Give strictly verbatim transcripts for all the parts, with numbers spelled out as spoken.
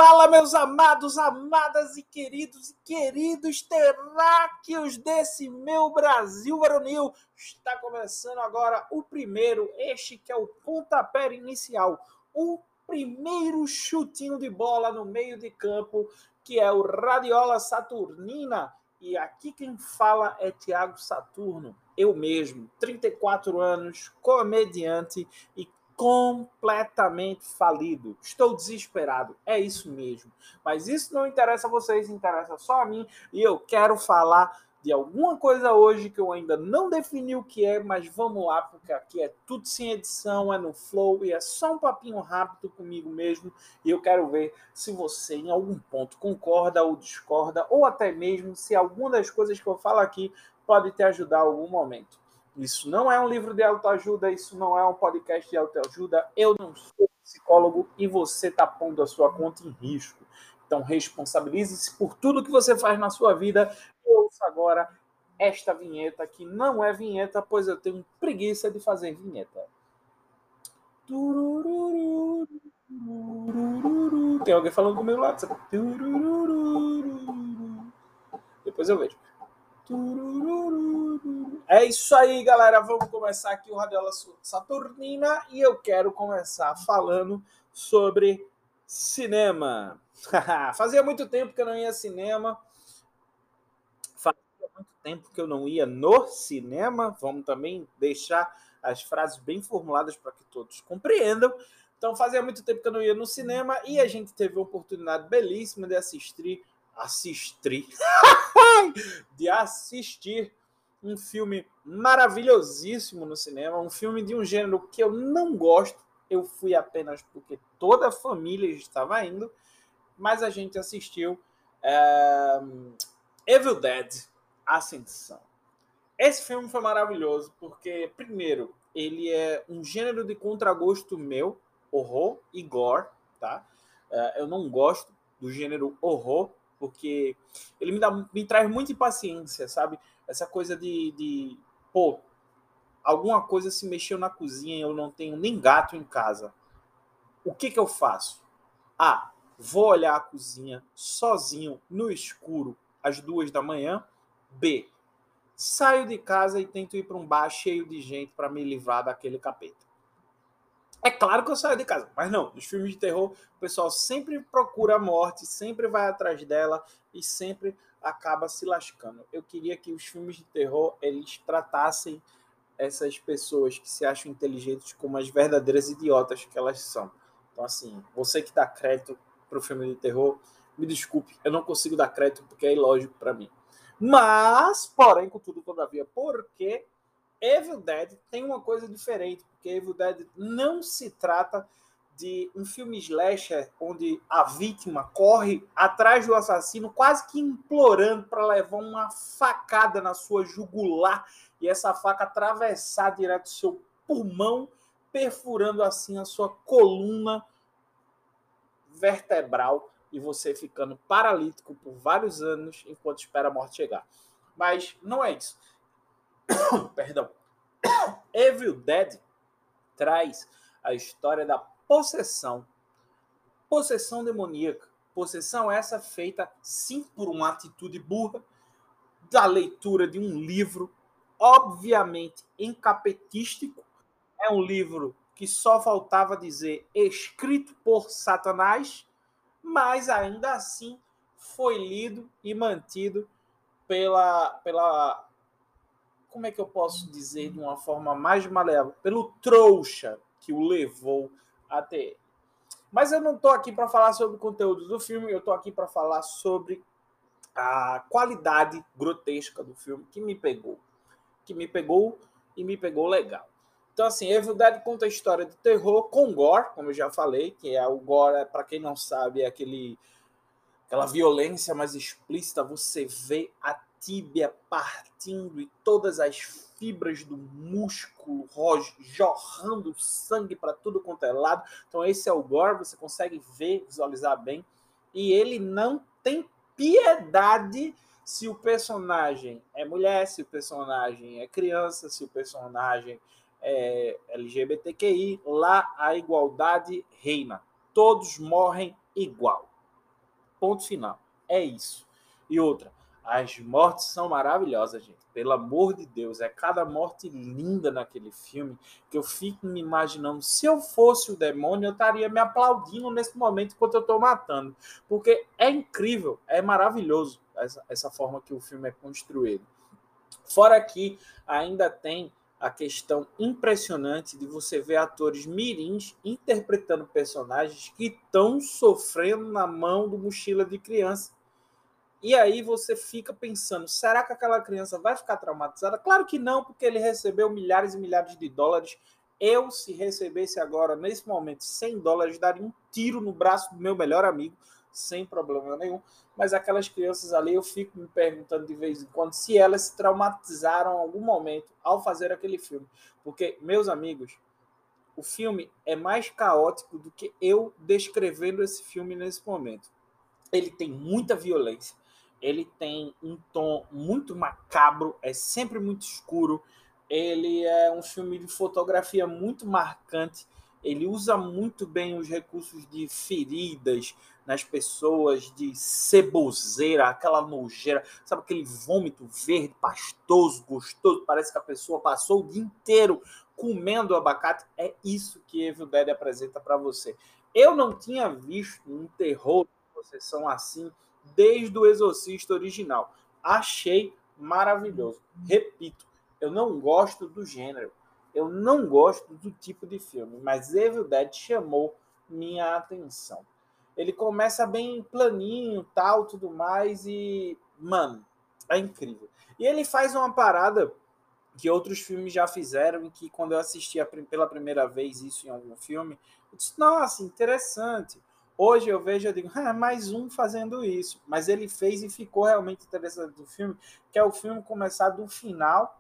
Fala, meus amados, amadas e queridos e queridos terráqueos desse meu Brasil varonil. Está começando agora o primeiro, este que é o pontapé inicial, o primeiro chutinho de bola no meio de campo, que é o Radiola Saturnina. E aqui quem fala é Thiago Saturno, eu mesmo, trinta e quatro anos, comediante e completamente falido. Estou desesperado, é isso mesmo. Mas isso não interessa a vocês, interessa só a mim. E eu quero falar de alguma coisa hoje que eu ainda não defini o que é, mas vamos lá, porque aqui é tudo sem edição, é no flow e é só um papinho rápido comigo mesmo. E eu quero ver se você em algum ponto concorda ou discorda, ou até mesmo se alguma das coisas que eu falo aqui pode te ajudar em algum momento. Isso não é um livro de autoajuda, isso não é um podcast de autoajuda, eu não sou psicólogo e você está pondo a sua conta em risco. Então responsabilize-se por tudo que você faz na sua vida. E ouça agora esta vinheta, que não é vinheta, pois eu tenho preguiça de fazer vinheta. Tem alguém falando comigo lá? Depois eu vejo. É isso aí, galera. Vamos começar aqui o Radiola Saturnina e eu quero começar falando sobre cinema. Fazia muito tempo que eu não ia ao cinema. Fazia muito tempo que eu não ia no cinema. Vamos também deixar as frases bem formuladas para que todos compreendam. Então, fazia muito tempo que eu não ia no cinema e a gente teve a oportunidade belíssima de assistir assistir de assistir um filme maravilhosíssimo no cinema, um filme de um gênero que eu não gosto. Eu fui apenas porque toda a família estava indo, mas a gente assistiu é, Evil Dead, Ascensão. Esse filme foi maravilhoso porque, primeiro, ele é um gênero de contragosto meu, horror e gore, tá? É, eu não gosto do gênero horror, porque ele me, dá, me traz muita impaciência, sabe? Essa coisa de, de, pô, alguma coisa se mexeu na cozinha e eu não tenho nem gato em casa. O que que eu faço? A, vou olhar a cozinha sozinho, no escuro, às duas da manhã. B, saio de casa e tento ir para um bar cheio de gente para me livrar daquele capeta. É claro que eu saio de casa, mas não, nos filmes de terror o pessoal sempre procura a morte, sempre vai atrás dela e sempre acaba se lascando. Eu queria que os filmes de terror eles tratassem essas pessoas que se acham inteligentes como as verdadeiras idiotas que elas são. Então assim, você que dá crédito para o filme de terror, me desculpe, eu não consigo dar crédito porque é ilógico para mim. Mas, porém, contudo, todavia, porque Evil Dead tem uma coisa diferente, porque Evil Dead não se trata de um filme slasher onde a vítima corre atrás do assassino quase que implorando para levar uma facada na sua jugular e essa faca atravessar direto do seu pulmão, perfurando assim a sua coluna vertebral e você ficando paralítico por vários anos enquanto espera a morte chegar. Mas não é isso. Perdão. Evil Dead traz a história da possessão. Possessão demoníaca. Possessão essa feita, sim, por uma atitude burra, da leitura de um livro, obviamente encapetístico. É um livro que só faltava dizer escrito por Satanás, mas ainda assim foi lido e mantido pela... pela como é que eu posso dizer de uma forma mais maleável? Pelo trouxa que o levou até ele. Mas eu não estou aqui para falar sobre o conteúdo do filme, eu estou aqui para falar sobre a qualidade grotesca do filme que me pegou. Que me pegou e me pegou legal. Então, assim, Evil Dead conta a história de terror com gore, como eu já falei, que é o gore, para quem não sabe, é aquele, aquela violência mais explícita, você vê a tíbia partindo e todas as fibras do músculo jorrando sangue para tudo quanto é lado. Então esse é o gore, você consegue ver, visualizar bem. E ele não tem piedade se o personagem é mulher, se o personagem é criança, se o personagem é L G B T Q I. Lá a igualdade reina. Todos morrem igual. Ponto final. É isso. E outra, as mortes são maravilhosas, gente. Pelo amor de Deus, é cada morte linda naquele filme que eu fico me imaginando. Se eu fosse o demônio, eu estaria me aplaudindo nesse momento enquanto eu estou matando. Porque é incrível, é maravilhoso essa, essa forma que o filme é construído. Fora que ainda tem a questão impressionante de você ver atores mirins interpretando personagens que estão sofrendo na mão do mochila de criança. E aí você fica pensando, será que aquela criança vai ficar traumatizada? Claro que não, porque ele recebeu milhares e milhares de dólares. Eu, se recebesse agora, nesse momento, cem dólares, daria um tiro no braço do meu melhor amigo, sem problema nenhum. Mas aquelas crianças ali, eu fico me perguntando de vez em quando se elas se traumatizaram em algum momento ao fazer aquele filme. Porque, meus amigos, o filme é mais caótico do que eu descrevendo esse filme nesse momento. Ele tem muita violência. Ele tem um tom muito macabro, é sempre muito escuro. Ele é um filme de fotografia muito marcante. Ele usa muito bem os recursos de feridas nas pessoas, de ceboseira, aquela nojeira, sabe aquele vômito verde, pastoso, gostoso, parece que a pessoa passou o dia inteiro comendo abacate. É isso que Evil Dead apresenta para você. Eu não tinha visto um terror de possessão assim desde o Exorcista original. Achei maravilhoso. Repito, eu não gosto do gênero, eu não gosto do tipo de filme, mas Evil Dead chamou minha atenção. Ele começa bem planinho, tal, tudo mais, e, mano, é incrível. E ele faz uma parada que outros filmes já fizeram, e que quando eu assisti a, pela primeira vez isso em algum filme, eu disse, nossa, interessante. Hoje eu vejo e digo, ah, mais um fazendo isso. Mas ele fez e ficou realmente interessante do filme, que é o filme começar do final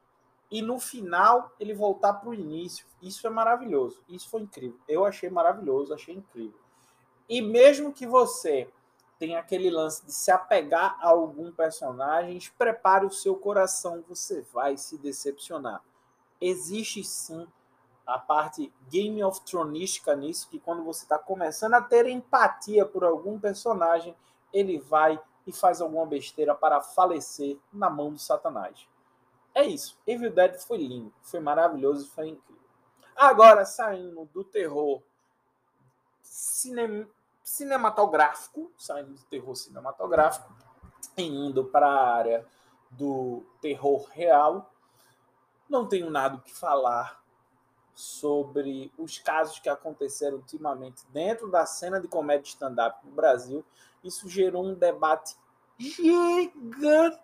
e no final ele voltar para o início. Isso é maravilhoso. Isso foi incrível. Eu achei maravilhoso, achei incrível. E mesmo que você tenha aquele lance de se apegar a algum personagem, prepare o seu coração, você vai se decepcionar. Existe sim a parte Game of Thronesística nisso, que quando você está começando a ter empatia por algum personagem, ele vai e faz alguma besteira para falecer na mão do Satanás. É isso. Evil Dead foi lindo, foi maravilhoso, foi incrível. Agora, saindo do terror cine... cinematográfico, saindo do terror cinematográfico, e indo para a área do terror real, não tenho nada o que falar sobre os casos que aconteceram ultimamente dentro da cena de comédia stand-up no Brasil. Isso gerou um debate gigantesco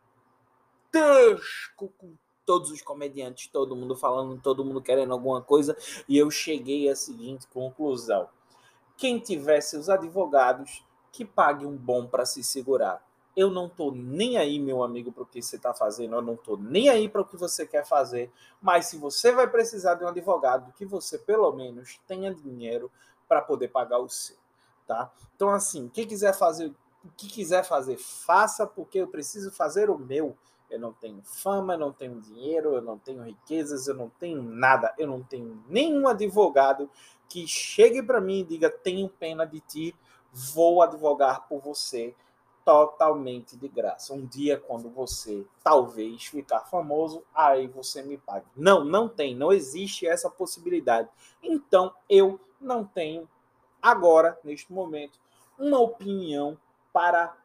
com todos os comediantes, todo mundo falando, todo mundo querendo alguma coisa, e eu cheguei à seguinte conclusão: quem tiver seus advogados, que pague um bom para se segurar. Eu não tô nem aí, meu amigo, para o que você está fazendo, eu não tô nem aí para o que você quer fazer, mas se você vai precisar de um advogado, que você pelo menos tenha dinheiro para poder pagar o seu, tá? Então, assim, quem quiser fazer, o que quiser fazer, faça, porque eu preciso fazer o meu. Eu não tenho fama, eu não tenho dinheiro, eu não tenho riquezas, eu não tenho nada, eu não tenho nenhum advogado que chegue para mim e diga, tenho pena de ti, vou advogar por você totalmente de graça. Um dia, quando você talvez ficar famoso, aí você me pague. Não, não tem, não existe essa possibilidade. Então, eu não tenho agora, neste momento, uma opinião para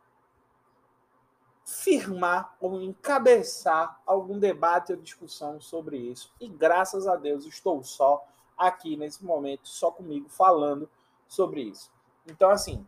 firmar ou encabeçar algum debate ou discussão sobre isso. E graças a Deus estou só aqui nesse momento, só comigo falando sobre isso. Então, assim,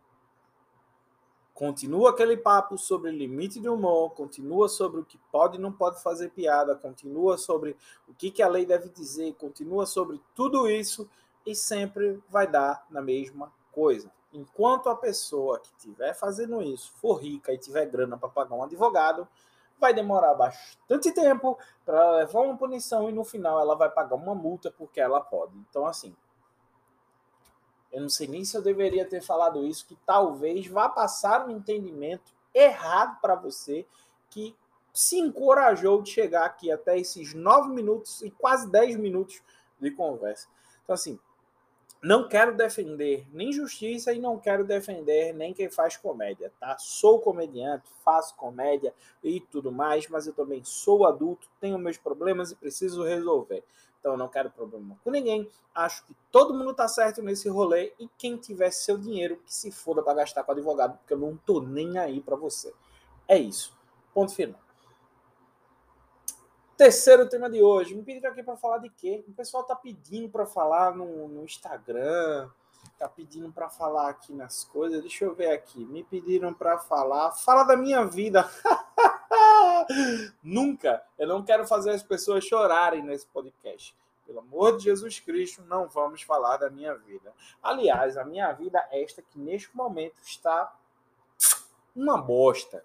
continua aquele papo sobre limite de humor, continua sobre o que pode e não pode fazer piada, continua sobre o que, que a lei deve dizer, continua sobre tudo isso e sempre vai dar na mesma coisa. Enquanto a pessoa que estiver fazendo isso for rica e tiver grana para pagar um advogado, vai demorar bastante tempo para levar uma punição e no final ela vai pagar uma multa porque ela pode. Então, assim, eu não sei nem se eu deveria ter falado isso, que talvez vá passar um entendimento errado para você, que se encorajou de chegar aqui até esses nove minutos e quase dez minutos de conversa. Então, assim, Não quero defender nem justiça e não quero defender nem quem faz comédia, tá? Sou comediante, faço comédia e tudo mais, mas eu também sou adulto, tenho meus problemas e preciso resolver. Então eu não quero problema com ninguém. Acho que todo mundo tá certo nesse rolê e quem tiver seu dinheiro que se foda para gastar com advogado, porque eu não tô nem aí para você. É isso. Ponto final. Terceiro tema de hoje. Me pediram aqui para falar de quê? O pessoal tá pedindo para falar no, no Instagram, tá pedindo para falar aqui nas coisas. Deixa eu ver aqui. Me pediram para falar. Fala da minha vida. Nunca. Eu não quero fazer as pessoas chorarem nesse podcast. Pelo amor de Jesus Cristo, não vamos falar da minha vida. Aliás, a minha vida é esta que neste momento está uma bosta.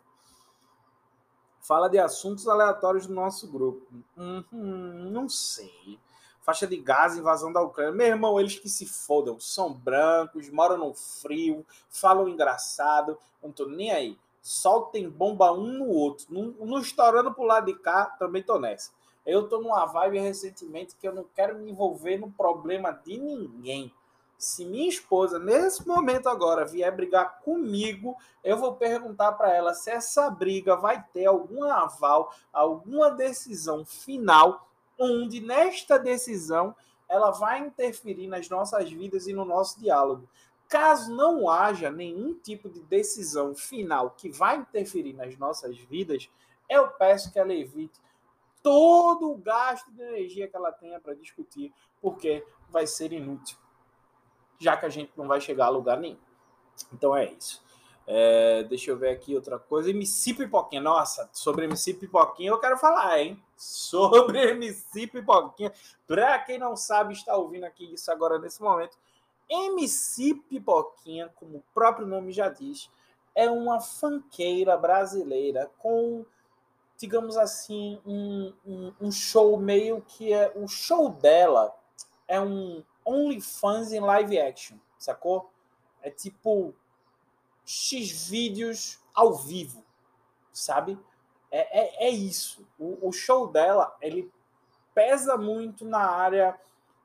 Fala de assuntos aleatórios do nosso grupo. Uhum, não sei. Faixa de gás, invasão da Ucrânia. Meu irmão, eles que se fodam. São brancos, moram no frio, falam engraçado. Não tô nem aí. Soltem bomba um no outro. Não, não estourando pro lado de cá, também tô nessa. Eu tô numa vibe recentemente que eu não quero me envolver no problema de ninguém. Se minha esposa, nesse momento agora, vier brigar comigo, eu vou perguntar para ela se essa briga vai ter algum aval, alguma decisão final, onde nesta decisão ela vai interferir nas nossas vidas e no nosso diálogo. Caso não haja nenhum tipo de decisão final que vai interferir nas nossas vidas, eu peço que ela evite todo o gasto de energia que ela tenha para discutir, porque vai ser inútil, já que a gente não vai chegar a lugar nenhum. Então é isso. É, deixa eu ver aqui outra coisa. M C Pipoquinha. Nossa, sobre M C Pipoquinha eu quero falar, hein? Sobre M C Pipoquinha. Pra quem não sabe, está ouvindo aqui isso agora nesse momento. M C Pipoquinha, como o próprio nome já diz, é uma funkeira brasileira com, digamos assim, um, um, um show meio que é... O show dela é um OnlyFans em live action, sacou? É tipo X vídeos ao vivo, sabe? É, é, é isso. O, o show dela, ele pesa muito na área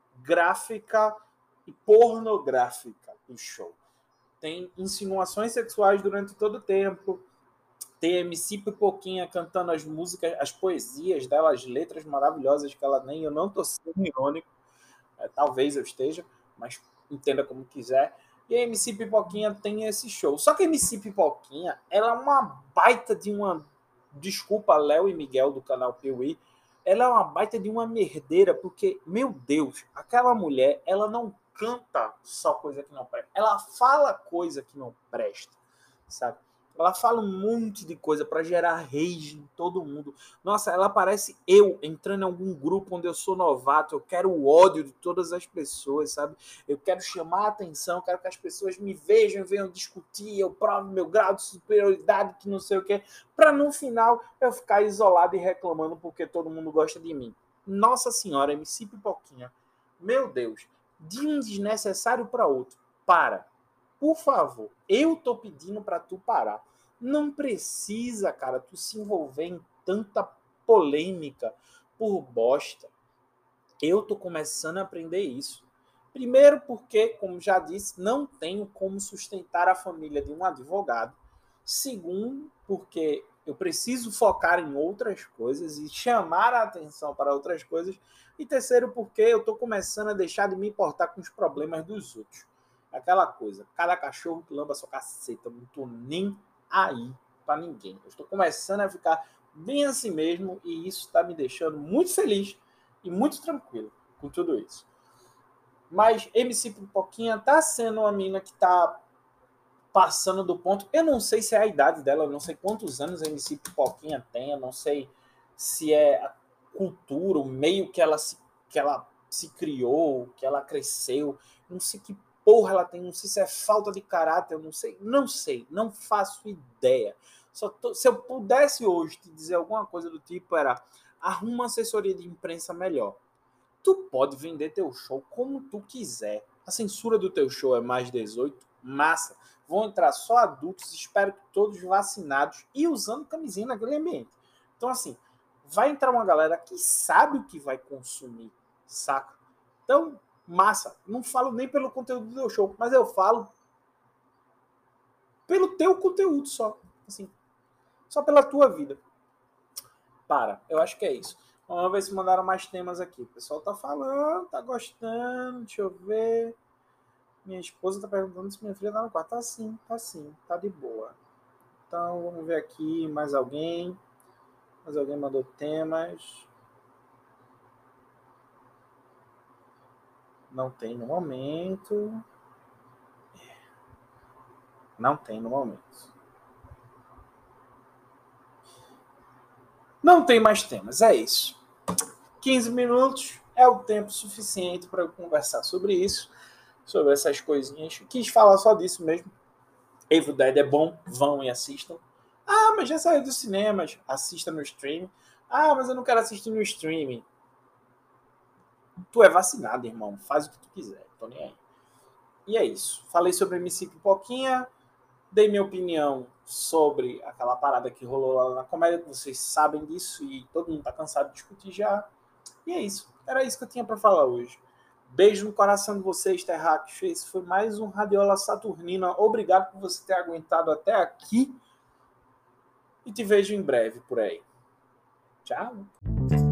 gráfica e pornográfica do show. Tem insinuações sexuais durante todo o tempo. Tem M C Pipoquinha cantando as músicas, as poesias dela, as letras maravilhosas que ela nem... Eu não tô sendo irônico. É, talvez eu esteja, mas entenda como quiser. E a M C Pipoquinha tem esse show. Só que a M C Pipoquinha, ela é uma baita de uma... Desculpa, Léo e Miguel do canal Piuí. Ela é uma baita de uma merdeira, porque, meu Deus, aquela mulher, ela não canta só coisa que não presta. Ela fala coisa que não presta, sabe? Ela fala um monte de coisa para gerar rage em todo mundo. Nossa, ela parece eu entrando em algum grupo onde eu sou novato. Eu quero o ódio de todas as pessoas, sabe? Eu quero chamar a atenção, eu quero que as pessoas me vejam, venham discutir, eu provo meu grau de superioridade, que não sei o quê, para no final eu ficar isolado e reclamando porque todo mundo gosta de mim. Nossa Senhora, M C Pipoquinha. Meu Deus, de um desnecessário para outro. Para. Por favor, eu tô pedindo para tu parar. Não precisa, cara, tu se envolver em tanta polêmica por bosta. Eu tô começando a aprender isso. Primeiro porque, como já disse, não tenho como sustentar a família de um advogado. Segundo, porque eu preciso focar em outras coisas e chamar a atenção para outras coisas. E terceiro, porque eu tô começando a deixar de me importar com os problemas dos outros. Aquela coisa, cada cachorro que lamba sua caceta, eu não tô nem aí para ninguém. Eu estou começando a ficar bem assim mesmo e isso está me deixando muito feliz e muito tranquilo com tudo isso. Mas M C Pipoquinha tá sendo uma mina que tá passando do ponto. Eu não sei se é a idade dela, eu não sei quantos anos a M C Pipoquinha tem, eu não sei se é a cultura, o meio que ela se, que ela se criou, que ela cresceu, não sei que porra ela tem, não sei se é falta de caráter, eu não sei, não sei, não faço ideia. Só tô, se eu pudesse hoje te dizer alguma coisa do tipo, era: arruma uma assessoria de imprensa melhor. Tu pode vender teu show como tu quiser. A censura do teu show é mais dezoito, massa. Vão entrar só adultos, espero que todos vacinados e usando camisinha naquele ambiente. Então, assim, vai entrar uma galera que sabe o que vai consumir, saca? Então, massa. Não falo nem pelo conteúdo do teu show, mas eu falo pelo teu conteúdo só. Assim, só pela tua vida. Para, eu acho que é isso. Vamos ver se mandaram mais temas aqui. O pessoal tá falando, tá gostando, deixa eu ver. Minha esposa tá perguntando se minha filha tá no quarto. Tá sim, tá sim, tá de boa. Então, vamos ver aqui mais alguém. Mais alguém mandou temas. Não tem no momento. Não tem no momento. Não tem mais temas, é isso. quinze minutos é o tempo suficiente para eu conversar sobre isso, sobre essas coisinhas. Quis falar só disso mesmo. Evil Dead é bom, vão e assistam. Ah, mas já saiu dos cinemas, assista no stream. Ah, mas eu não quero assistir no streaming. Tu é vacinado, irmão, faz o que tu quiser, tô nem aí. E é isso. Falei sobre M C Pipoquinha, dei minha opinião sobre aquela parada que rolou lá na comédia, que vocês sabem disso e todo mundo tá cansado de discutir já. E é isso. Era isso que eu tinha para falar hoje. Beijo no coração de vocês, terráqueos. Esse foi mais um Radiola Saturnina. Obrigado por você ter aguentado até aqui. E te vejo em breve por aí. Tchau.